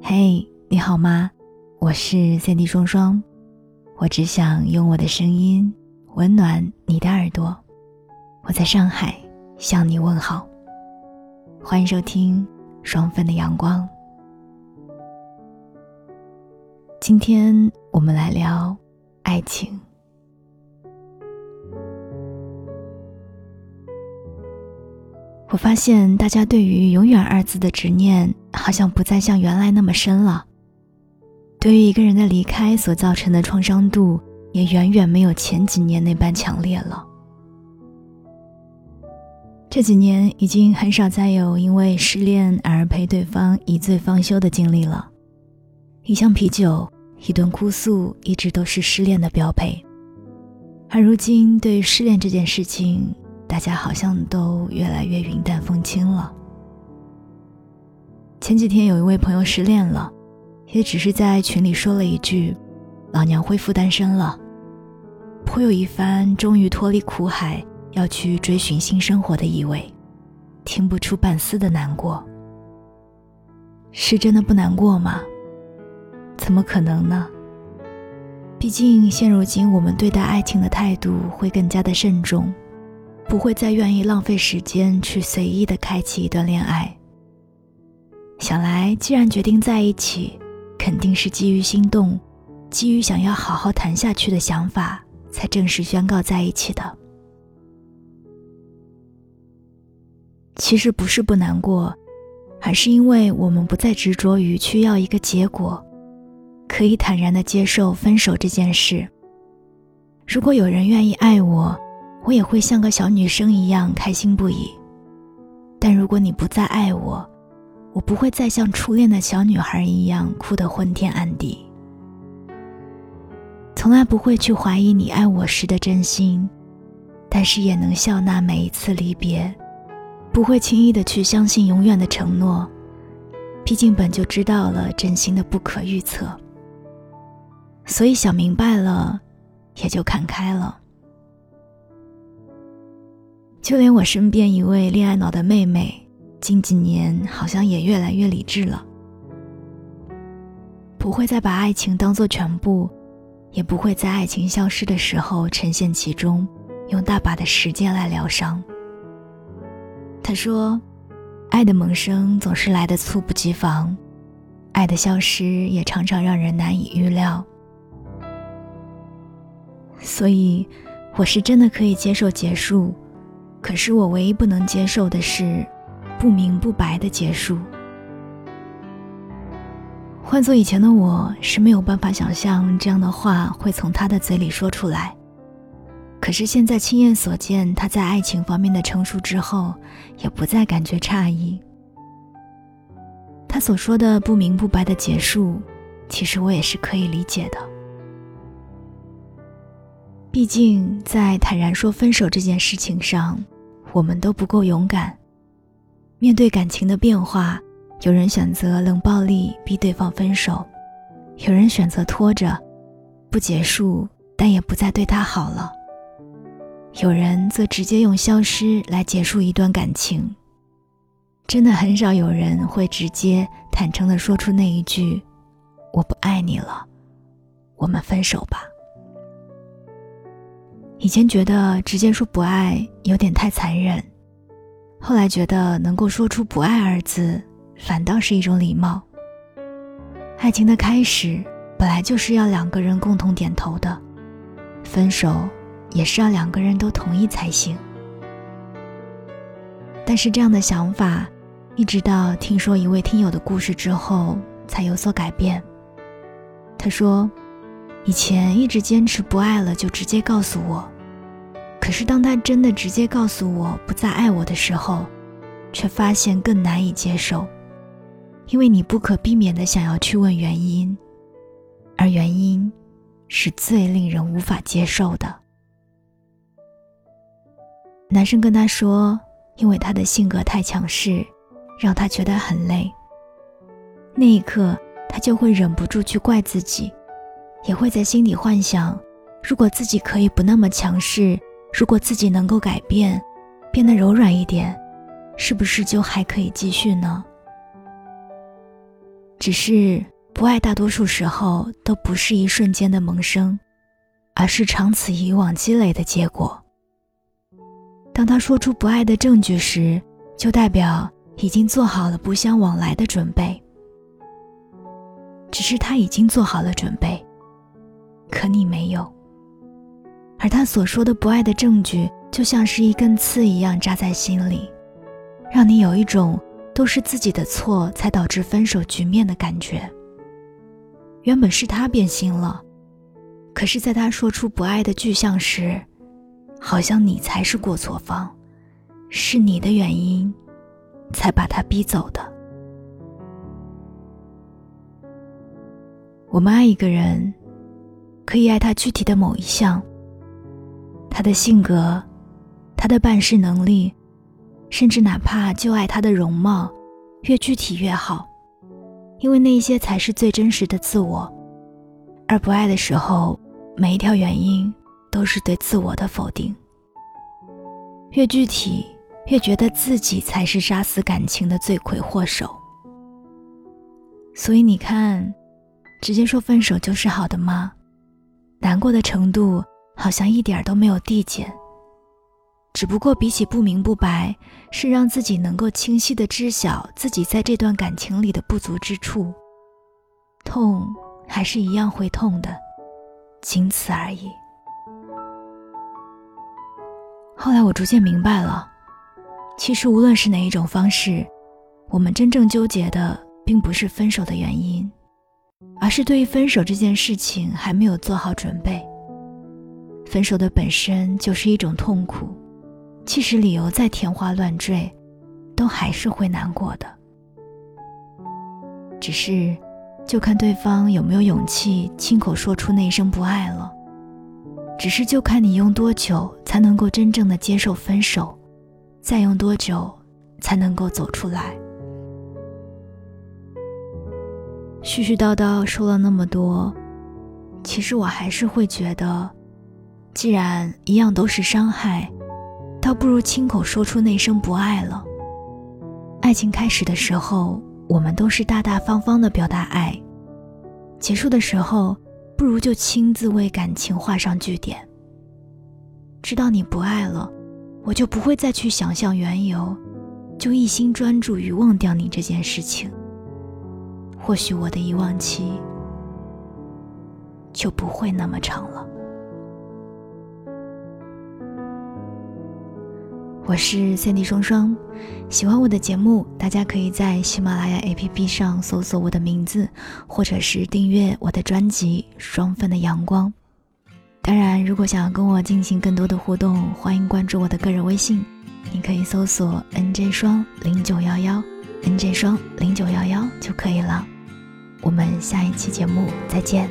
嘿，你好吗？我是3D 双双，我只想用我的声音温暖你的耳朵。我在上海向你问好，欢迎收听双份的阳光。今天我们来聊爱情。我发现大家对于永远二字的执念好像不再像原来那么深了，对于一个人的离开所造成的创伤度也远远没有前几年那般强烈了。这几年已经很少再有因为失恋而陪对方一醉方休的经历了，一箱啤酒，一顿哭诉一直都是失恋的标配。而如今对于失恋这件事情，大家好像都越来越云淡风轻了。前几天有一位朋友失恋了，也只是在群里说了一句老娘恢复单身了，颇有一番终于脱离苦海要去追寻新生活的意味，听不出半丝的难过。是真的不难过吗？怎么可能呢？毕竟现如今我们对待爱情的态度会更加的慎重，不会再愿意浪费时间去随意地开启一段恋爱。想来既然决定在一起，肯定是基于心动，基于想要好好谈下去的想法，才正式宣告在一起的。其实不是不难过，而是因为我们不再执着于去要一个结果，可以坦然地接受分手这件事。如果有人愿意爱我，我也会像个小女生一样开心不已。但如果你不再爱我，我不会再像初恋的小女孩一样哭得昏天暗地。从来不会去怀疑你爱我时的真心，但是也能笑纳每一次离别，不会轻易地去相信永远的承诺，毕竟本就知道了真心的不可预测。所以想明白了，也就看开了。就连我身边一位恋爱脑的妹妹，近几年好像也越来越理智了，不会再把爱情当作全部，也不会在爱情消失的时候沉陷其中，用大把的时间来疗伤。她说，爱的萌生总是来得猝不及防，爱的消失也常常让人难以预料。所以我是真的可以接受结束，可是我唯一不能接受的是不明不白的结束。换做以前的我是没有办法想象这样的话会从他的嘴里说出来，可是现在亲眼所见他在爱情方面的成熟之后，也不再感觉诧异。他所说的不明不白的结束，其实我也是可以理解的。毕竟在坦然说分手这件事情上，我们都不够勇敢。面对感情的变化，有人选择冷暴力逼对方分手，有人选择拖着不结束，但也不再对他好了，有人则直接用消失来结束一段感情。真的很少有人会直接坦诚地说出那一句我不爱你了，我们分手吧。以前觉得直接说不爱有点太残忍，后来觉得能够说出不爱二字反倒是一种礼貌。爱情的开始本来就是要两个人共同点头的，分手也是要两个人都同意才行。但是这样的想法一直到听说一位听友的故事之后才有所改变。他说，以前一直坚持不爱了就直接告诉我，可是当他真的直接告诉我不再爱我的时候，却发现更难以接受，因为你不可避免地想要去问原因，而原因是最令人无法接受的。男生跟他说，因为他的性格太强势，让他觉得很累。那一刻他就会忍不住去怪自己，也会在心底幻想，如果自己可以不那么强势，如果自己能够改变，变得柔软一点，是不是就还可以继续呢？ 只是不爱大多数时候都不是一瞬间的萌生，而是长此以往积累的结果。当他说出不爱的证据时，就代表已经做好了不相往来的准备。只是他已经做好了准备，可你没有。而他所说的不爱的证据，就像是一根刺一样扎在心里，让你有一种都是自己的错才导致分手局面的感觉。原本是他变心了，可是在他说出不爱的具象时，好像你才是过错方，是你的原因才把他逼走的。我们爱一个人，可以爱他具体的某一项，他的性格，他的办事能力，甚至哪怕就爱他的容貌，越具体越好，因为那些才是最真实的自我。而不爱的时候，每一条原因都是对自我的否定。越具体，越觉得自己才是杀死感情的罪魁祸首。所以你看，直接说分手就是好的吗？难过的程度好像一点都没有递减，只不过比起不明不白，是让自己能够清晰地知晓自己在这段感情里的不足之处。痛还是一样会痛的，仅此而已。后来我逐渐明白了，其实无论是哪一种方式，我们真正纠结的并不是分手的原因，而是对于分手这件事情还没有做好准备。分手的本身就是一种痛苦，即使理由再天花乱坠，都还是会难过的。只是就看对方有没有勇气亲口说出那声不爱了，只是就看你用多久才能够真正的接受分手，再用多久才能够走出来。絮絮叨叨说了那么多，其实我还是会觉得，既然一样都是伤害，倒不如亲口说出那声不爱了。爱情开始的时候，我们都是大大方方地表达爱，结束的时候，不如就亲自为感情画上句点。知道你不爱了，我就不会再去想象缘由，就一心专注于忘掉你这件事情。或许我的遗忘期就不会那么长了。我是Sandy双双，喜欢我的节目，大家可以在喜马拉雅 APP 上搜索我的名字，或者是订阅我的专辑《双份的阳光》。当然，如果想要跟我进行更多的互动，欢迎关注我的个人微信，你可以搜索 NJ 双0911 NJ 双0911就可以了。我们下一期节目再见。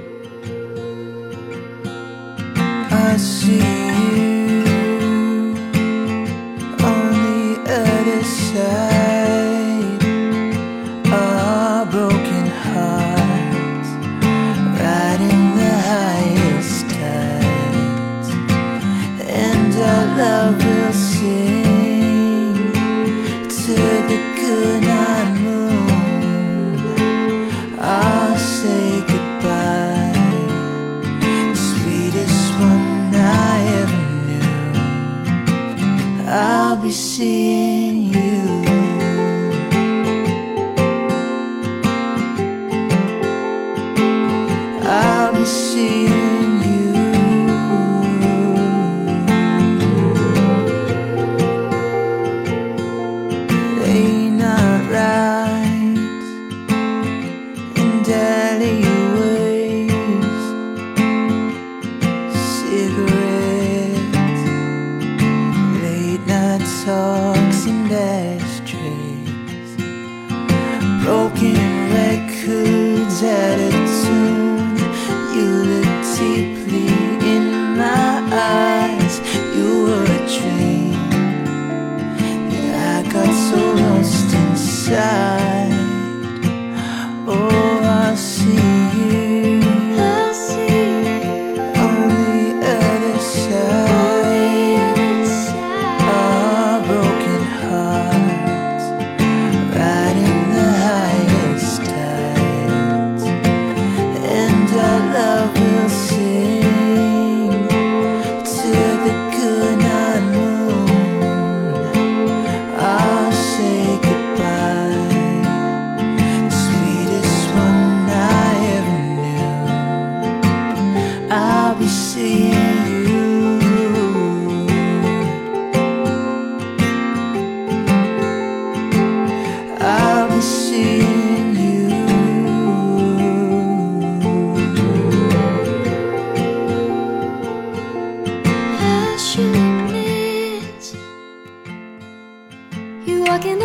I see you on the other side of broken hearts, riding the highest tides, and our love will sing to the good night moon. I'll say goodbye, the sweetest one I ever knew. I'll be seeing you. I'll be seeing you. Late night rides in alleyways, cigarettes, late night talks and ashtrays, broken records out of tune. You look deeply in my eyes. You were a dream that I got so lost inside. Oh, I see you on the other side of broken hearts, riding the highest tide.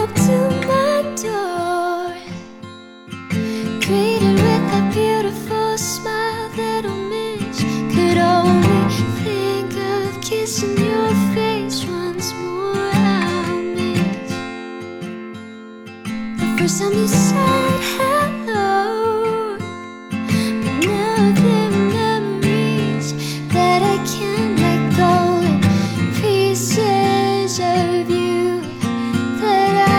up to my door, greeted with a beautiful smile. Little Mitch could only think of kissing your face once more. I'll miss the first time you said hello, but now there are memories that I can't let go, and pieces of you that I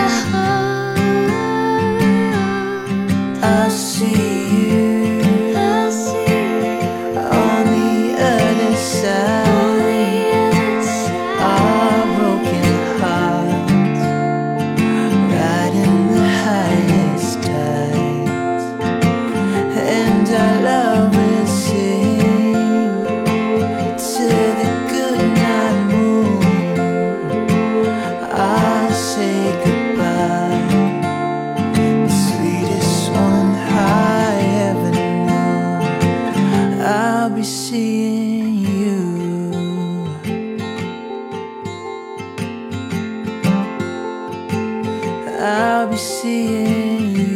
hold. I'll see you I'll see you on the other on side. the other side. Our broken hearts riding the highest tides, and our love will sing to the goodnight moon. I'll say goodbye, the sweetest one I ever knew. I'll be seeing you. I'll be seeing you.